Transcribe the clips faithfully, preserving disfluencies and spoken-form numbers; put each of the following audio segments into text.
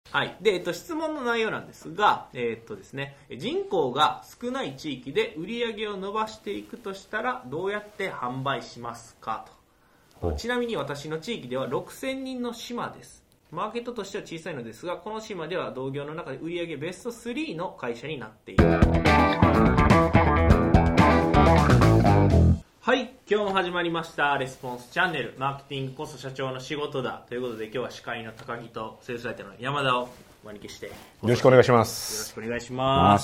はい。で、えっと、質問の内容なんですが、えっとですね、人口が少ない地域で売り上げを伸ばしていくとしたら、どうやって販売しますかと。ちなみに私の地域ではろくせんにんの島です。マーケットとしては小さいのですが、この島では同業の中で売り上げベストスリーの会社になっている。はい、今日も始まりましたレスポンスチャンネル、マーケティングこそ社長の仕事だということで、今日は司会の高木とセールスライターの山田をお招きしてよろしくお願いします。 よろしくお願いします。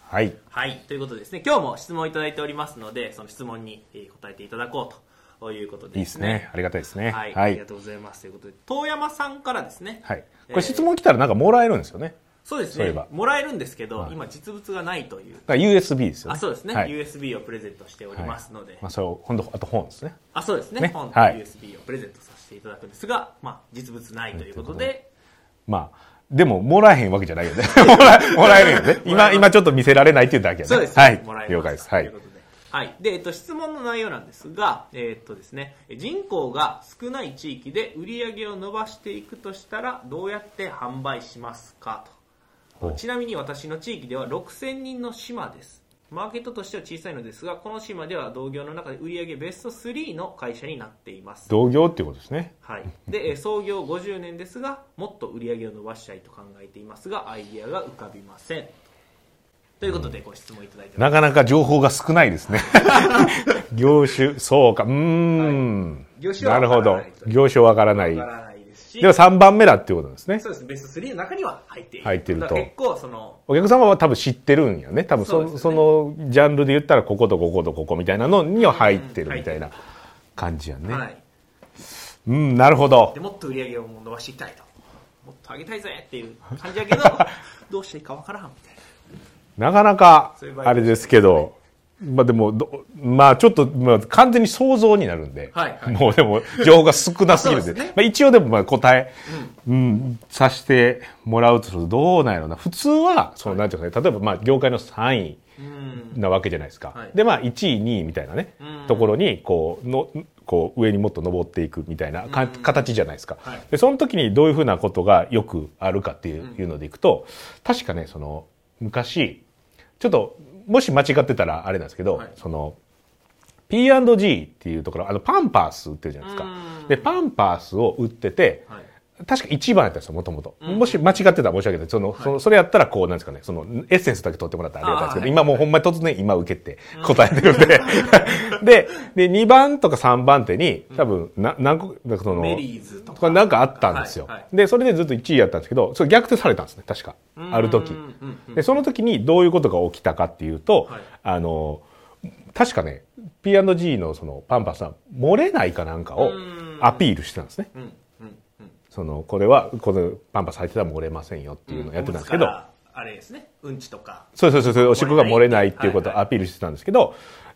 はい、 はい、ということでですね、今日も質問をいただいておりますので、その質問に答えていただこうということで、ね、 いいですね。ありがたいですね。 はい、はい、ありがとうございます。ということで、遠山さんからですね。 はい。これ質問来たらなんかもらえるんですよね。 そうですね。もらえるんですけど、はい、今実物がないという。 だから ユーエスビー ですよね。 あ、そうですね、 はい。 ユーエスビー をプレゼントしておりますので。はい、 まあそれを今度あと本ですね。 あ、そうですね。ね、本と ユーエスビー をプレゼントさせていただくんですが、まあ実物ないということで。 まあでももらえへんわけじゃないよね。もらもらえるよね。今今ちょっと見せられないっていうだけやね。 そうです。 はい。 もらえます。 了解です。はい。 はい。で、えっと、質問の内容なんですが、えー、っとですね、人口が少ない地域で売り上げを伸ばしていくとしたら、どうやって販売しますかと。ちなみに私の地域ではろくせんにんの島です。マーケットとしては小さいのですが、この島では同業の中で売り上げベストスリーの会社になっています。 同業っていうことですね。 はい。で、創業ごじゅうねんですが、もっと売り上げを伸ばしたいと考えていますが、アイディアが浮かびません。ということでご質問いただいてます。 なかなか情報が少ないですね。業種、そうか、うーん。 はい、業種はなるほど。業種はわからない。 わからないですし。 ではさんばんめだっていうことですね。 そうです。ベストスリーの中には入っている。 入ってると。 結構その。 お客様は多分知ってるんよね。多分 そ, そ,、ね、そのジャンルで言ったらこことこことここみたいなのには入ってるみたいな感じやね。はい。うん、なるほど。 でもっと売り上げを伸ばしていきたいと。もっと上げたいぜっていう感じやけど、どうしていいかわからんみたいな。 なかなかあれですけど、まあでもどまあちょっと、まあ、完全に想像になるんで、はいはい、もうでも情報が少なすぎるんで、ね、まあ、一応でもまあ答え、うん、うん、させてもらうとするとどうなんやろうな。普通はそのなんていうかね、例えばまあ業界のさんいなわけじゃないですか。はい、でまあいちいにいみたいなね、うん、ところにこうのこう上にもっと登っていくみたいなか、うん、形じゃないですか。はい、でその時にどういうふうなことがよくあるかっていうのでいくと、確かねその昔ちょっともし間違ってたらあれなんですけど、はい、その ピーアンドジー っていうところ、あのパンパース売ってるじゃないですか。でパンパースを売ってて、はい、確かいちばんやったんですよ、もともと。もし間違ってたら申し訳ない。その、はい、そのそれやったらこうなんですかね、そのエッセンスだけ取ってもらったらありがたいですけど、今もうほんまに突然今受けて答えてるんで、ででにばんとかさんばん手に多分な何個かそのメリーズとかなんかあったんですよ。はいはい、でそれでずっといちいやったんですけど、それ逆転されたんですね、確かある時。でその時にどういうことが起きたかっていうと、はい、あの確かね ピーアンドジー のそのパンパスは漏れないかなんかをアピールしてたんですね。うんうんうん、そのこれはこのパンパス入ってたら漏れませんよっていうのをやってたんですけど、うん、 あれですね、うんちとかそうそうそうそう、おしっこが漏れないっていうことをアピールしてたんですけど、はいはい、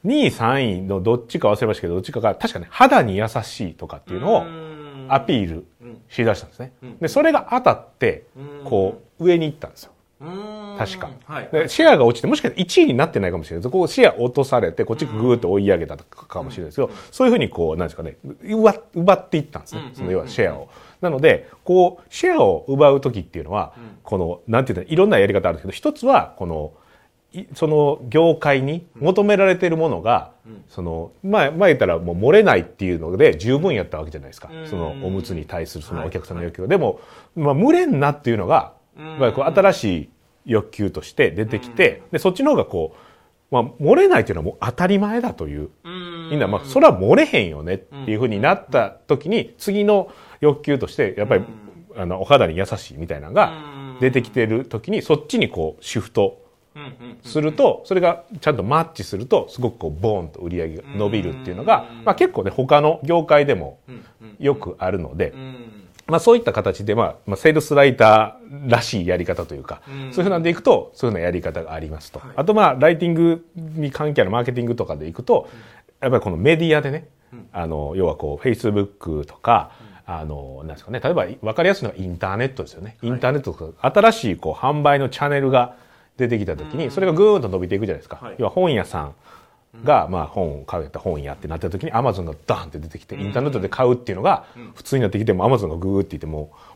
にいさんいのどっちか忘れましたけど、どっちかが確かね肌に優しいとかっていうのをアピールしだしたんですね。でそれが当たってこう上に行ったんですよ。確か、はい、でシェアが落ちてもしかしたらいちいになってないかもしれない。そこをシェア落とされてこっちグーッと追い上げたかもしれないですけど、そういうふうにこうなんですかね、奪, 奪っていったんですね、その要はシェアを。なのでこうシェアを奪う時っていうのは、このなんていうの、いろんなやり方あるんですけど、一つはこのその業界に求められているものが、そのまあ前言ったらもう漏れないっていうので十分やったわけじゃないですか。そのおむつに対するそのお客さんの要求が、でもまあ無れんなっていうのが、まあ、こう新しい欲求として出てきて、でそっちの方がこう、まあ、漏れないっていうのはもう当たり前だという、みんなまあそれは漏れへんよねっていうふうになった時に、次の欲求としてやっぱりあのお肌に優しいみたいなのが出てきてる時に、そっちにこうシフトすると、それがちゃんとマッチするとすごくこうボーンと売り上げが伸びるっていうのが、まあ、結構ね他の業界でもよくあるので、まあそういった形で、まあ、まあ、セールスライターらしいやり方というか、うん、そういうふうなんでいくと、そういうようなやり方がありますと。はい、あとまあ、ライティングに関係あるマーケティングとかでいくと、うん、やっぱりこのメディアでね、うん、あの、要はこう、Facebook とか、うん、あの、なんですかね、例えば分かりやすいのはインターネットですよね。インターネットとか、新しいこう、販売のチャンネルが出てきたときに、それがぐーんと伸びていくじゃないですか。はい、要は本屋さんが、まあ本を買うやったら本屋ってなった時に Amazon がダーンって出てきて、インターネットで買うっていうのが普通になってきても Amazon がグーって言っても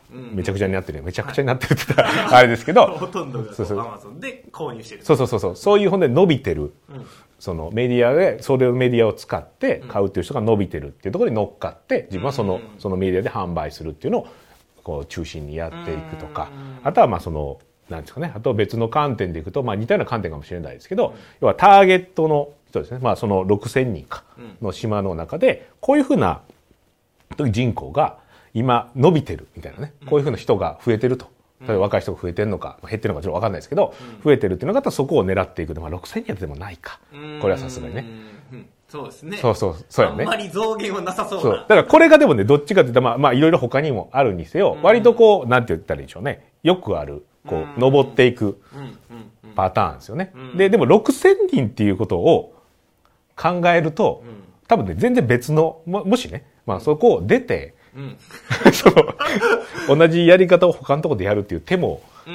めちゃくちゃになってる、めちゃくちゃになってるって言ったらあれですけど、 ほとんどがそうそう Amazon で購入してる。 そうそうそうそう、そういう本で伸びてる、うん、そのメディアで、それをメディアを使って買うっていう人が伸びてるっていうところに乗っかって、自分はその、そのメディアで販売するっていうのを、こう中心にやっていくとか、あとはまあその、なんですかね、あと別の観点でいくと、まあ似たような観点かもしれないですけど、要はターゲットの人ですね、まあそのろくせんにんかの島の中で、こういうふうな人口が今伸びてるみたいなね、こういうふうな人が増えてると。例えば若い人が増えてるのか、減ってるのかちょっとわかんないですけど、増えてるっていうのがあったらそこを狙っていくと、まあろくせんにんでもないか。これはさすがにね。 そうですね。 そうそう、そうやね。 あんまり増減はなさそうな。 そう。だからこれがでもね、どっちかって言ったら、まあ、まあいろいろ他にもあるにせよ、割とこう、なんて言ったらいいんでしょうね。よくある、こう、登っていくパターンですよね。で、でもろくせんにんっていうことを考えると、多分ね、全然別の、も、もしね、まあそこを出て、うん、その同じやり方を他のところでやるっていう手も、うん、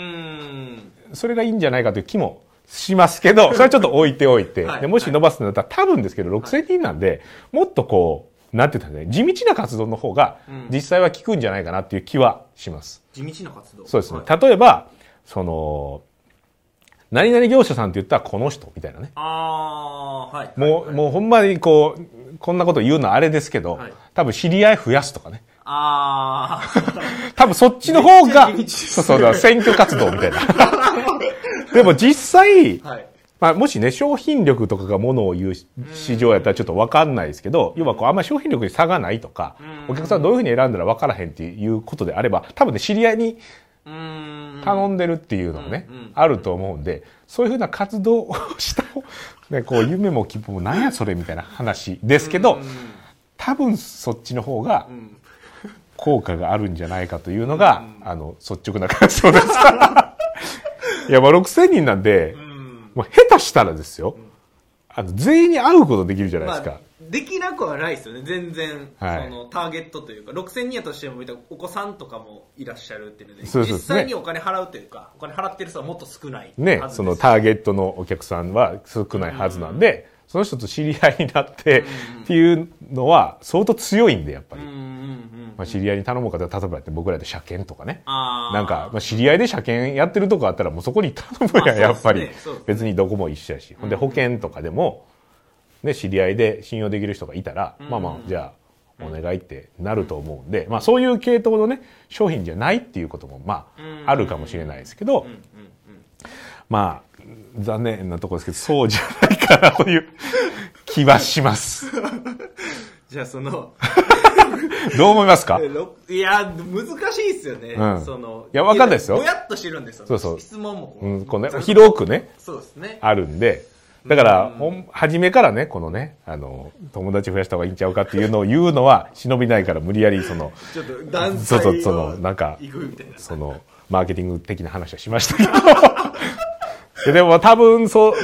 それがいいんじゃないかという気もしますけど、それはちょっと置いておいて、はい、でもし伸ばすんだったら多分ですけどろくせんにんなんで、もっとこう、なんて言ったらね、地道な活動の方が実際は効くんじゃないかなっていう気はします。 地道な活動？ そうですね。はい、例えば、その、何々業者さんって言ったらこの人みたいなね。 ああ、はい。 もう、はい、もうほんまにこう、こんなこと言うのはあれですけど、はい、多分知り合い増やすとかね。 ああ。 多分そっちの方が、そうそうだ、選挙活動みたいな。でも実際、はい、まあもしね、商品力とかがものを言う市場やったらちょっとわかんないですけど、要はこうあんまり商品力に差がないとか、お客さんどういうふうに選んだらわからへんっていうことであれば、多分ね、知り合いに頼んでるっていうのもね、あると思うんで、そういうふうな活動をした、ね、こう夢も希望もなんやそれみたいな話ですけど、多分そっちの方が効果があるんじゃないかというのが、あの、率直な感想です。いや、まあろくせんにんなんで、まあ、下手したらですよ、あの、全員に会うことできるじゃないですか。まあ、 できなくはないですよね、全然。 はい、 その、ターゲットというか、ろくせんにんやとしても、お子さんとかもいらっしゃるっていうので、 そうそうですね、 実際にお金払うというか、お金払ってる人はもっと少ないね、そのターゲットのお客さんは少ないはずなんで、うん、その人と知り合いになってっていうのは相当強いんで、やっぱり。まあ、知り合いに頼もうかと、例えば僕らで車検とかね。なんか、まあ、知り合いで車検やってるとこあったらもうそこに頼むやん、やっぱり。別にどこも一緒やし。ほんで保険とかでも、ね、知り合いで信用できる人がいたら、まあまあ、じゃあ、お願いってなると思うんで、まあそういう系統のね、商品じゃないっていうことも、まあ、あるかもしれないですけど、まあ、残念なところですけど、そうじゃないかなという気はします。 じゃあその、 どう思いますか？ いや、難しいですよね。うん、そのいや、わかんないですよ。 ぼやっとしてるんですよ。 そうそう。 質問も。 うん、こうね、広くね。 そうですね。 あるんで。だから、うん、初めからね、このね、あの、友達増やした方がいいんちゃうかっていうのを言うのは、忍びないから無理やりその、 ちょっと段階そうそう、その、なんか、その、マーケティング的な話はしましたけど。でも多分、そう、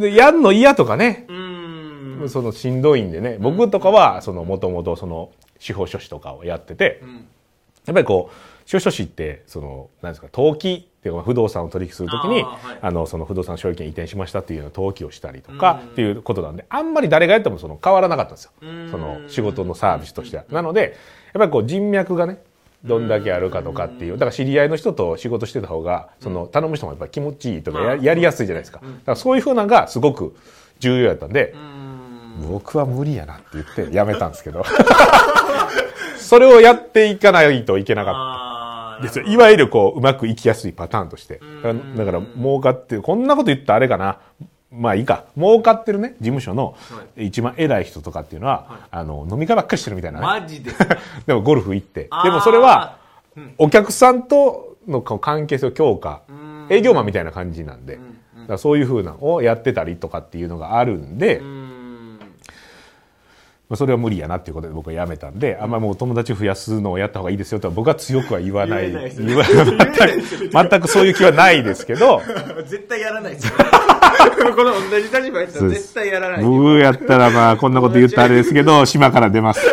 やんの嫌とかね、うんそのしんどいんでね、僕とかは、その、もともとその、司法書士とかをやってて、うん、やっぱりこう、司法書士って、その、なんですか、登記っていうか、不動産を取引するときに、あ、はい、あの、その不動産所有権移転しましたっていうのを登記をしたりとか、っていうことなんで、あんまり誰がやってもその変わらなかったんですよ。その仕事のサービスとしては。なので、やっぱりこう人脈がね、どんだけあるかとかっていう、だから知り合いの人と仕事してた方が、その頼む人もやっぱり気持ちいいとか や, やりやすいじゃないですか。だからそういう風なのがすごく重要やったんで、僕は無理やなって言ってやめたんですけど、それをやっていかないといけなかった。ですよ。いわゆるこう、うまくいきやすいパターンとして。だから、儲かってる、こんなこと言ったらあれかな。まあいいか。儲かってるね、事務所の一番偉い人とかっていうのは、はい、あの、飲み会ばっかりしてるみたいなね。 マジででもゴルフ行って。でもそれは、お客さんとの関係性を強化、営業マンみたいな感じなんで、だからそういう風なのをやってたりとかっていうのがあるんで、それは無理やなっていうことで僕はやめたんで、あんまりもう友達増やすのをやった方がいいですよとは僕は強くは言わない。言わない。言わない。全くそういう気はないですけど。 絶対やらないですよね。この同じ立場やったら絶対やらない。 僕やったらまあこんなこと言ったらあれですけど、島から出ます。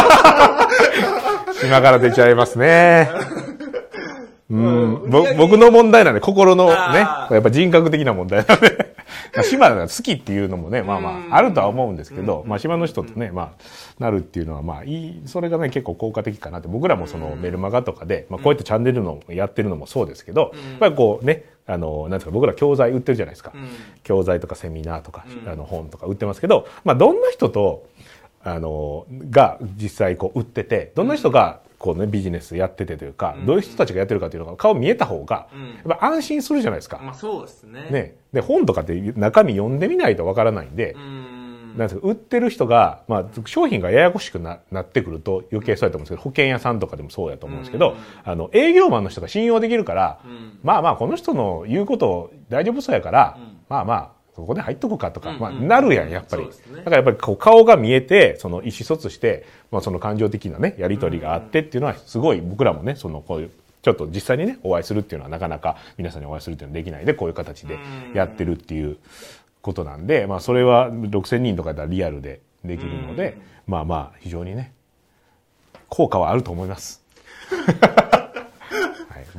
島から出ちゃいますね。うん、僕の問題なんで、心のね、やっぱ人格的な問題なんで。 まあ島が好きっていうのもね、まあまああるとは思うんですけど、まあ島の人とね、まあなるっていうのはまあいい、それがね結構効果的かなって。僕らもそのメルマガとかで、まあこうやってチャンネルのやってるのもそうですけど、やっぱりこうね、あのなんですか、僕ら教材売ってるじゃないですか。教材とかセミナーとか、あの本とか売ってますけど、まあどんな人とあのが実際こう売ってて、どんな人がこうねビジネスやっててというか、どういう人たちがやってるかというのが顔見えた方がやっぱ安心するじゃないですか。 まあそうですね。 ね、で本とかって中身読んでみないとわからないんで、なんですか、売ってる人が、まあ、商品がややこしく な, なってくると余計そうやと思うんですけど、保険屋さんとかでもそうやと思うんですけど、あの営業マンの人が信用できるから、まあまあこの人の言うこと大丈夫そうやから、まあまあそこで入っとくかとか、まあ、なるやんやっぱり、ね、だからやっぱりこう顔が見えて、その意思疎通して、まあ、その感情的なねやり取りがあってっていうのはすごい、僕らもねそのこういうちょっと実際にねお会いするっていうのはなかなか皆さんにお会いするっていうのはできないで、こういう形でやってるっていうことなんで、まあそれはろくせんにんとかだったらリアルでできるので、まあまあ非常にね効果はあると思います。はい、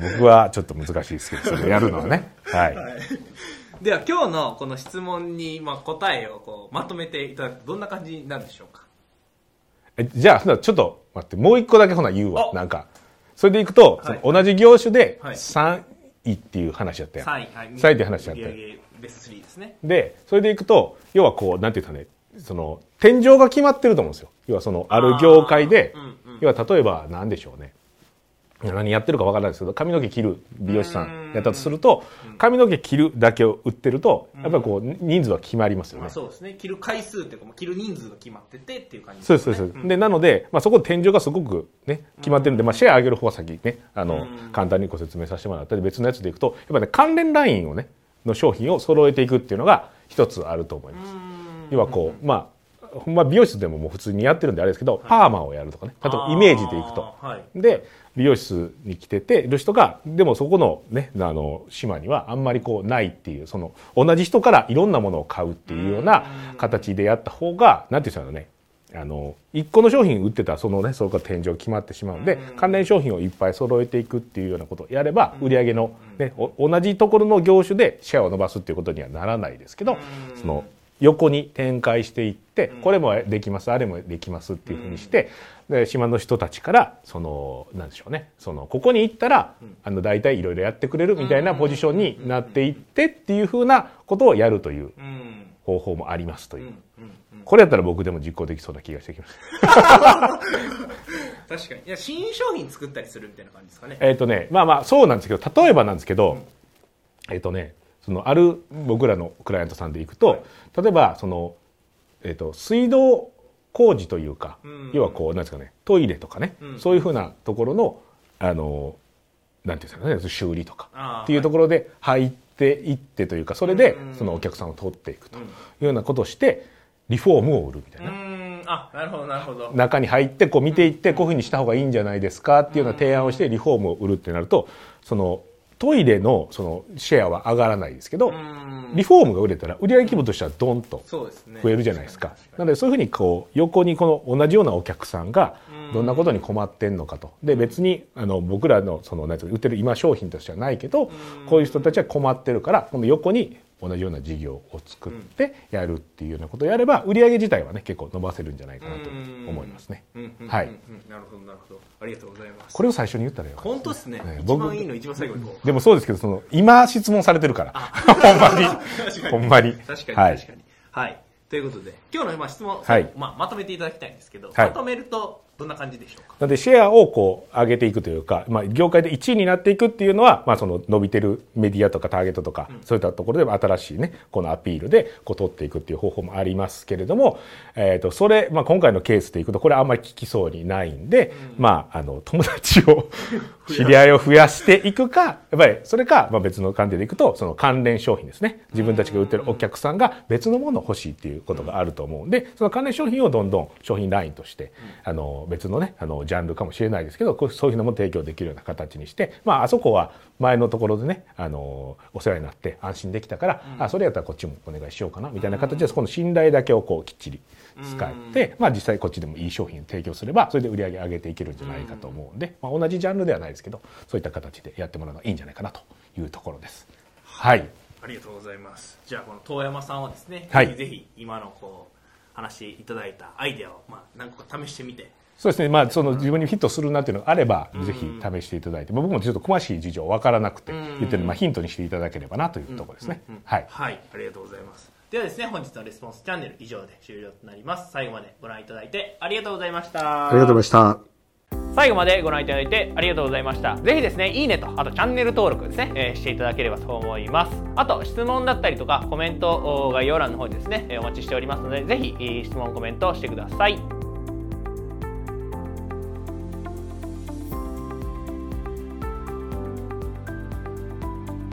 僕はちょっと難しいですけど、それやるのはね。はい。はい、 では今日のこの質問にまあ答えをこうまとめていただくとどんな感じになるでしょうか。 えじゃあちょっと待って、もう一個だけほな言うわ。なんかそれでいくと、はい、その同じ業種でさんいっていう話やったやん。さんい、はい、さんいっていう話やったやん。 ベストスリーですね。 でそれでいくと、要はこうなんていうかね、その天井が決まってると思うんですよ。要はそのある業界で、うんうん、要は例えば何でしょうね、何やってるかわからないですけど、髪の毛切る美容師さんやったとすると、髪の毛切るだけを売ってるとやっぱりこう人数は決まりますよね。まあ、 そうですね。切る回数っていうか切る人数が決まっててっていう感じですね。そうですそうです。でなので、まあ、そこで天井がすごくね決まってるんで、まあ、シェア上げる方は先ねあの簡単にご説明させてもらったり、別のやつでいくとやっぱね関連ラインをねの商品を揃えていくっていうのが一つあると思います。要はこう、まあほんま美容室でももう普通にやってるんであれですけど、パーマをやるとかね、あとイメージでいくと、はい、で美容室に来ててる人が、でもそこのねあの島にはあんまりこうないっていう、その同じ人からいろんなものを買うっていうような形でやった方が、なんていうんですかね、あの一個の商品売ってたらそのねそこが天井決まってしまうので、関連商品をいっぱい揃えていくっていうようなことをやれば、売上のね同じところの業種でシェアを伸ばすっていうことにはならないですけど、その横に展開していって、これもできますあれもできますっていうふうにして、で島の人たちからそのなんでしょうね、そのここに行ったらあの大体いろいろやってくれるみたいなポジションになっていってっていうふうなことをやるという方法もありますという。これやったら僕でも実行できそうな気がしてきます。 確かに。いや新商品作ったりするみたいな感じですかね。 えっとねまあまあそうなんですけど、例えばなんですけど、えっとねそのある僕らのクライアントさんでいくと、はい、例えばその、えー、と水道工事というか、うん、要はこうなんですかね、トイレとかね、うん、そういうふうなところのあのなんていうんですかね、修理とかっていうところで入っていってというか、それでそのお客さんを取っていくというようなことをしてリフォームを売るみたいな。 うんあ、なるほどなるほど。 中に入ってこう見ていって、こういうふうにした方がいいんじゃないですかっていうような提案をしてリフォームを売るってなると、そのトイレのそのシェアは上がらないですけど、リフォームが売れたら売上規模としてはドンと増えるじゃないですか。なのでそういうふうにこう横にこの同じようなお客さんがどんなことに困ってんのかと。で別にあの僕らのそのなんていうか売ってる今商品としてはないけど、こういう人たちは困ってるから、この横に同じような事業を作ってやるっていうようなことをやれば、売上自体はね結構伸ばせるんじゃないかなと思いますね。はい。 なるほどなるほど。ありがとうございます。 これを最初に言ったらよ。 本当ですね。一番いいの一番最後に。 でもそうですけど、その今質問されてるから。ほんまにほんまに。 確かに確かに。はい。ということで今日のまあ質問、はい、まあまとめていただきたいんですけど、はい、まとめるとどんな感じでしょうか。 なのでシェアをこう上げていくというか、まあ、業界でいちいになっていくっていうのは、まあ、その伸びてるメディアとかターゲットとか、うん、そういったところで新しいねこのアピールでこう取っていくっていう方法もありますけれども、えー、とそれ、まあ、今回のケースでいくとこれあんまり効きそうにないんで、うん、まああの友達を知り合いを増やしていくか、やっぱりそれか、まあ、別の観点でいくとその関連商品ですね。自分たちが売ってるお客さんが別のものを欲しいっていうことがあると思うんで、その関連商品をどんどん商品ラインとして、うん、あの別のねあのジャンルかもしれないですけど、そういうのも提供できるような形にして、まああそこは前のところでねあのお世話になって安心できたから、うん、あそれやったらこっちもお願いしようかなみたいな形で、そこの信頼だけをこうきっちり使って、うん、まあ実際こっちでもいい商品を提供すればそれで売り上げ上げていけるんじゃないかと思うんで、まあ、同じジャンルではないですけどそういった形でやってもらうのがいいんじゃないかなというところです。はい、 ありがとうございます。 じゃあこの遠山さんはですね、 はい、 ぜひぜひ今のこう話していただいたアイデアをまあ何個か試してみて、 そうですね、まあ、その自分にフィットするなっていうのがあれば、うん、ぜひ試していただいて、僕もちょっと詳しい事情分からなくて言ってるので、まあ、ヒントにしていただければなというところですね。はい、 はい、ありがとうございます。ではですね、本日のレスポンスチャンネル以上で終了となります。最後までご覧いただいてありがとうございました。 ありがとうございました。 最後までご覧いただいてありがとうございました。ぜひですね、いいねと、あとチャンネル登録ですね、えー、していただければと思います。あと、質問だったりとか、コメント概要欄の方にですね、お待ちしておりますので、ぜひ質問、コメントしてください。